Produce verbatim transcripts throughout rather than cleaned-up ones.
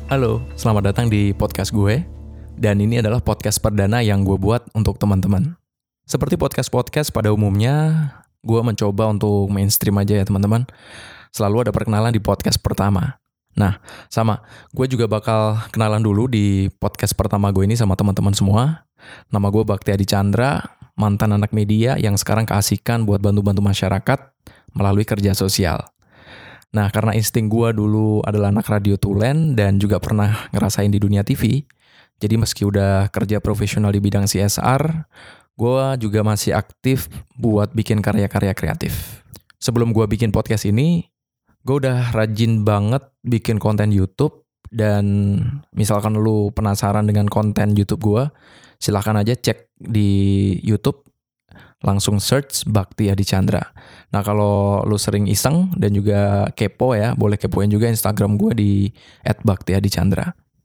Halo, selamat datang di podcast gue. Dan ini adalah podcast perdana yang gue buat untuk teman-teman. Seperti podcast-podcast pada umumnya, gue mencoba untuk mainstream aja ya teman-teman. Selalu ada perkenalan di podcast pertama. Nah, sama, gue juga bakal kenalan dulu di podcast pertama gue ini sama teman-teman semua. Nama gue Bakti Adi Chandra, mantan anak media yang sekarang keasikan buat bantu-bantu masyarakat melalui kerja sosial. Nah, karena insting gue dulu adalah anak radio tulen dan juga pernah ngerasain di dunia T V, jadi meski udah kerja profesional di bidang C S R, gue juga masih aktif buat bikin karya-karya kreatif. Sebelum gue bikin podcast ini, gue udah rajin banget bikin konten YouTube, dan misalkan lu penasaran dengan konten YouTube gue, silahkan aja cek di YouTube, langsung search Bakti Adi Chandra. Nah, kalau lu sering iseng dan juga kepo ya, boleh kepoin juga Instagram gue di et bakti adi chandra.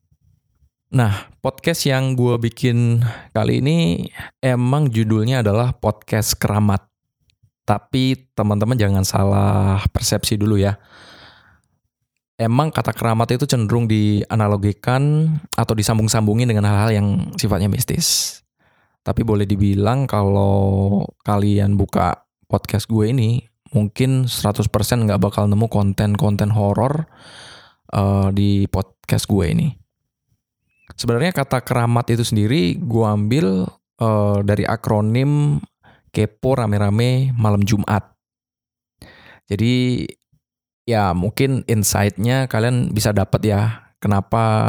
Nah, podcast yang gue bikin kali ini emang judulnya adalah podcast keramat. Tapi teman-teman jangan salah persepsi dulu ya. Emang kata keramat itu cenderung dianalogikan atau disambung-sambungin dengan hal-hal yang sifatnya mistis. Tapi boleh dibilang kalau kalian buka podcast gue ini, mungkin seratus persen gak bakal nemu konten-konten horor uh, di podcast gue ini. Sebenarnya kata keramat itu sendiri gue ambil uh, dari akronim Kepo Rame-Rame Malam Jumat. Jadi ya mungkin insight-nya kalian bisa dapat ya, kenapa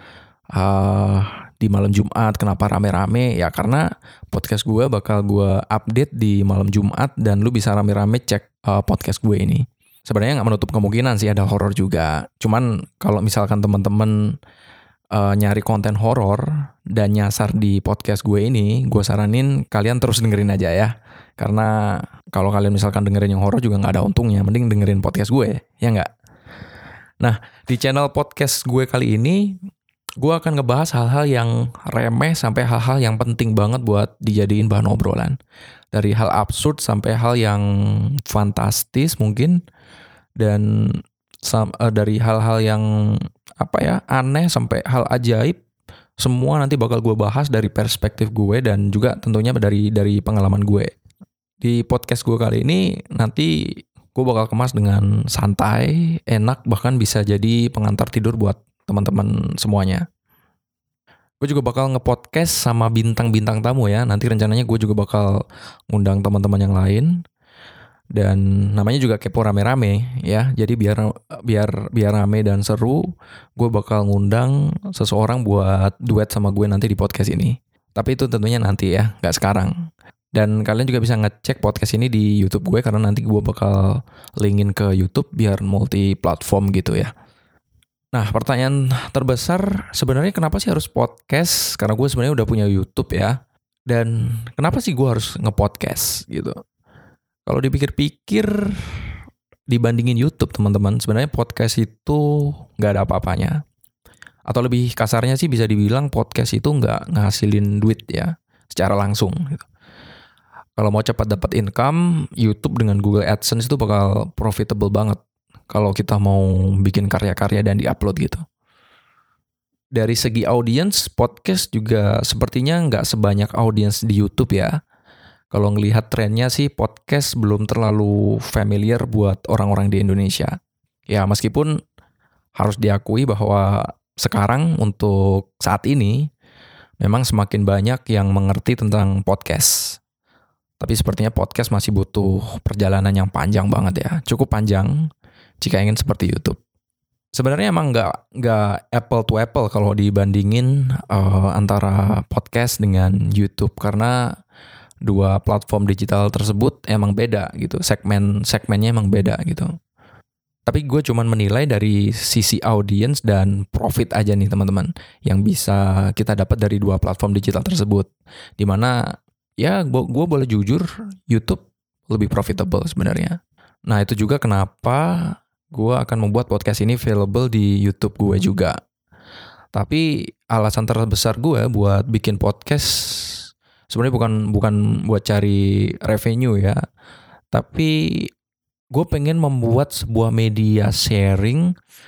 uh, di malam Jumat, kenapa rame-rame? Ya karena podcast gue bakal gue update di malam Jumat dan lu bisa rame-rame cek uh, podcast gue ini. Sebenarnya nggak menutup kemungkinan sih ada horor juga. Cuman kalau misalkan teman-teman uh, nyari konten horor dan nyasar di podcast gue ini, gue saranin kalian terus dengerin aja ya. Karena kalau kalian misalkan dengerin yang horor juga nggak ada untungnya, mending dengerin podcast gue, ya nggak? Nah, di channel podcast gue kali ini, gue akan ngebahas hal-hal yang remeh sampai hal-hal yang penting banget buat dijadiin bahan obrolan. Dari hal absurd sampai hal yang fantastis mungkin. Dan sam- uh, dari hal-hal yang apa ya aneh sampai hal ajaib. Semua nanti bakal gue bahas dari perspektif gue dan juga tentunya dari dari pengalaman gue. Di podcast gue kali ini nanti gue bakal kemas dengan santai, enak, bahkan bisa jadi pengantar tidur buat teman-teman semuanya. Gue juga bakal nge-podcast sama bintang-bintang tamu ya. Nanti rencananya gue juga bakal ngundang teman-teman yang lain. Dan namanya juga Kepo Rame-Rame ya. Jadi biar biar biar rame dan seru, gue bakal ngundang seseorang buat duet sama gue nanti di podcast ini. Tapi itu tentunya nanti ya, gak sekarang. Dan kalian juga bisa ngecek podcast ini di YouTube gue karena nanti gue bakal linkin ke YouTube biar multi platform gitu ya. Nah, pertanyaan terbesar sebenarnya kenapa sih harus podcast? Karena gue sebenarnya udah punya YouTube ya. Dan kenapa sih gue harus nge-podcast gitu? Kalau dipikir-pikir dibandingin YouTube teman-teman, sebenarnya podcast itu nggak ada apa-apanya. Atau lebih kasarnya sih bisa dibilang podcast itu nggak ngasilin duit ya secara langsung gitu. Kalau mau cepat dapat income, YouTube dengan Google AdSense itu bakal profitable banget kalau kita mau bikin karya-karya dan diupload gitu. Dari segi audiens, podcast juga sepertinya nggak sebanyak audiens di YouTube ya. Kalau ngelihat trennya sih podcast belum terlalu familiar buat orang-orang di Indonesia. Ya meskipun harus diakui bahwa sekarang untuk saat ini memang semakin banyak yang mengerti tentang podcast. Tapi sepertinya podcast masih butuh perjalanan yang panjang banget ya. Cukup panjang jika ingin seperti YouTube. Sebenarnya emang nggak nggak apple to apple kalau dibandingin uh, antara podcast dengan YouTube. Karena dua platform digital tersebut emang beda gitu. Segmen-segmennya emang beda gitu. Tapi gue cuman menilai dari sisi audience dan profit aja nih teman-teman. Yang bisa kita dapat dari dua platform digital tersebut. Dimana ya gue boleh jujur, YouTube lebih profitable sebenarnya. Nah itu juga kenapa gue akan membuat podcast ini available di YouTube gue juga. Tapi alasan terbesar gue buat bikin podcast sebenarnya bukan bukan buat cari revenue ya. Tapi gue pengen membuat sebuah media sharing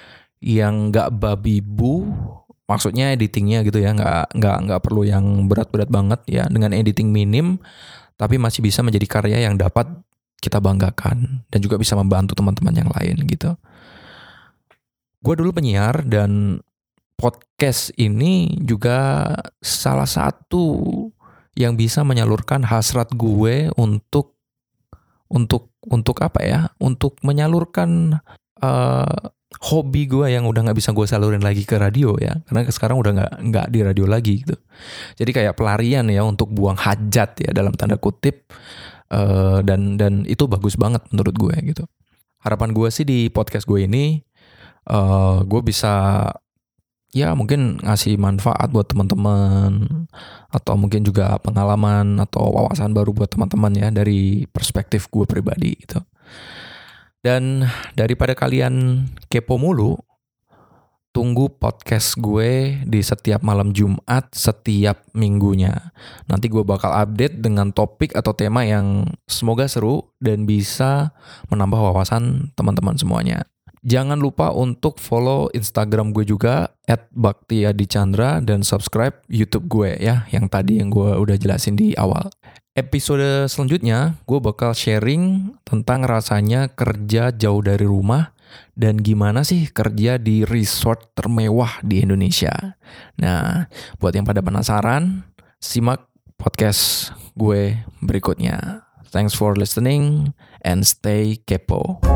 yang nggak babi bu, maksudnya editingnya gitu ya, nggak nggak nggak perlu yang berat-berat banget ya, dengan editing minim tapi masih bisa menjadi karya yang dapat kita banggakan dan juga bisa membantu teman-teman yang lain gitu. Gue dulu penyiar dan podcast ini juga salah satu yang bisa menyalurkan hasrat gue untuk untuk untuk apa ya? Untuk menyalurkan uh, hobi gue yang udah nggak bisa gue salurin lagi ke radio ya, karena sekarang udah nggak nggak di radio lagi gitu. Jadi kayak pelarian ya untuk buang hajat ya dalam tanda kutip, uh, dan dan itu bagus banget menurut gue gitu. Harapan gue sih di podcast gue ini, uh, gue bisa ya mungkin ngasih manfaat buat teman-teman, atau mungkin juga pengalaman atau wawasan baru buat teman-teman ya dari perspektif gue pribadi gitu. Dan daripada kalian kepo mulu, tunggu podcast gue di setiap malam Jumat setiap minggunya. Nanti gue bakal update dengan topik atau tema yang semoga seru dan bisa menambah wawasan teman-teman semuanya. Jangan lupa untuk follow Instagram gue juga at baktiadichandra dan subscribe YouTube gue ya, yang tadi yang gue udah jelasin di awal. Episode selanjutnya gue bakal sharing tentang rasanya kerja jauh dari rumah dan gimana sih kerja di resort termewah di Indonesia. Nah, buat yang pada penasaran, simak podcast gue berikutnya. Thanks for listening and stay kepo.